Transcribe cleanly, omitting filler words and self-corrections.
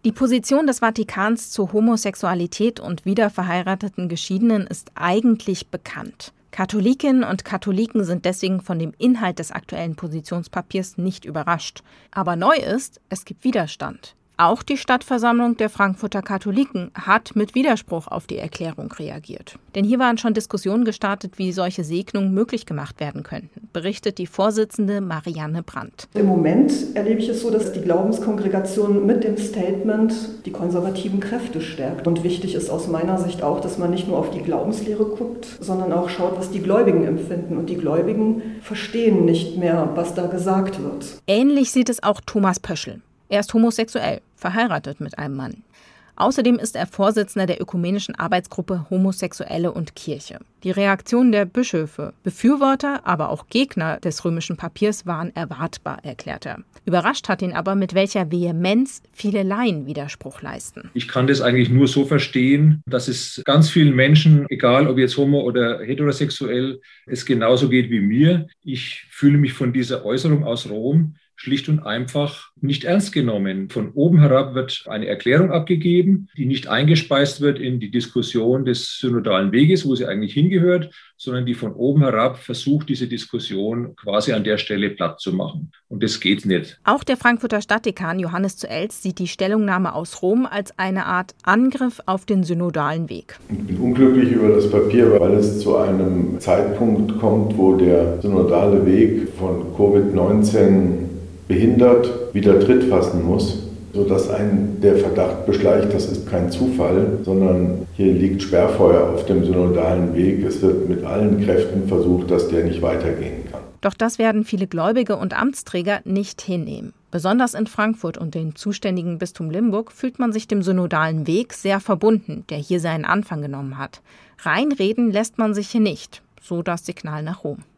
Die Position des Vatikans zu Homosexualität und wiederverheirateten Geschiedenen ist eigentlich bekannt. Katholikinnen und Katholiken sind deswegen von dem Inhalt des aktuellen Positionspapiers nicht überrascht. Aber neu ist, es gibt Widerstand. Auch die Stadtversammlung der Frankfurter Katholiken hat mit Widerspruch auf die Erklärung reagiert. Denn hier waren schon Diskussionen gestartet, wie solche Segnungen möglich gemacht werden könnten, berichtet die Vorsitzende Marianne Brandt. Im Moment erlebe ich es so, dass die Glaubenskongregation mit dem Statement die konservativen Kräfte stärkt. Und wichtig ist aus meiner Sicht auch, dass man nicht nur auf die Glaubenslehre guckt, sondern auch schaut, was die Gläubigen empfinden. Und die Gläubigen verstehen nicht mehr, was da gesagt wird. Ähnlich sieht es auch Thomas Pöschl. Er ist homosexuell, verheiratet mit einem Mann. Außerdem ist er Vorsitzender der ökumenischen Arbeitsgruppe Homosexuelle und Kirche. Die Reaktionen der Bischöfe, Befürworter, aber auch Gegner des römischen Papiers waren erwartbar, erklärt er. Überrascht hat ihn aber, mit welcher Vehemenz viele Laien Widerspruch leisten. Ich kann das eigentlich nur so verstehen, dass es ganz vielen Menschen, egal ob jetzt homo- oder heterosexuell, es genauso geht wie mir. Ich fühle mich von dieser Äußerung aus Rom schlicht und einfach nicht ernst genommen. Von oben herab wird eine Erklärung abgegeben, die nicht eingespeist wird in die Diskussion des synodalen Weges, wo sie eigentlich hingehört, sondern die von oben herab versucht, diese Diskussion quasi an der Stelle platt zu machen. Und das geht nicht. Auch der Frankfurter Stadtdekan Johannes zu Elst sieht die Stellungnahme aus Rom als eine Art Angriff auf den synodalen Weg. Ich bin unglücklich über das Papier, weil es zu einem Zeitpunkt kommt, wo der synodale Weg von Covid-19 behindert wieder Tritt fassen muss, sodass einen der Verdacht beschleicht, das ist kein Zufall, sondern hier liegt Sperrfeuer auf dem synodalen Weg. Es wird mit allen Kräften versucht, dass der nicht weitergehen kann. Doch das werden viele Gläubige und Amtsträger nicht hinnehmen. Besonders in Frankfurt und dem zuständigen Bistum Limburg fühlt man sich dem synodalen Weg sehr verbunden, der hier seinen Anfang genommen hat. Reinreden lässt man sich hier nicht, so das Signal nach Rom.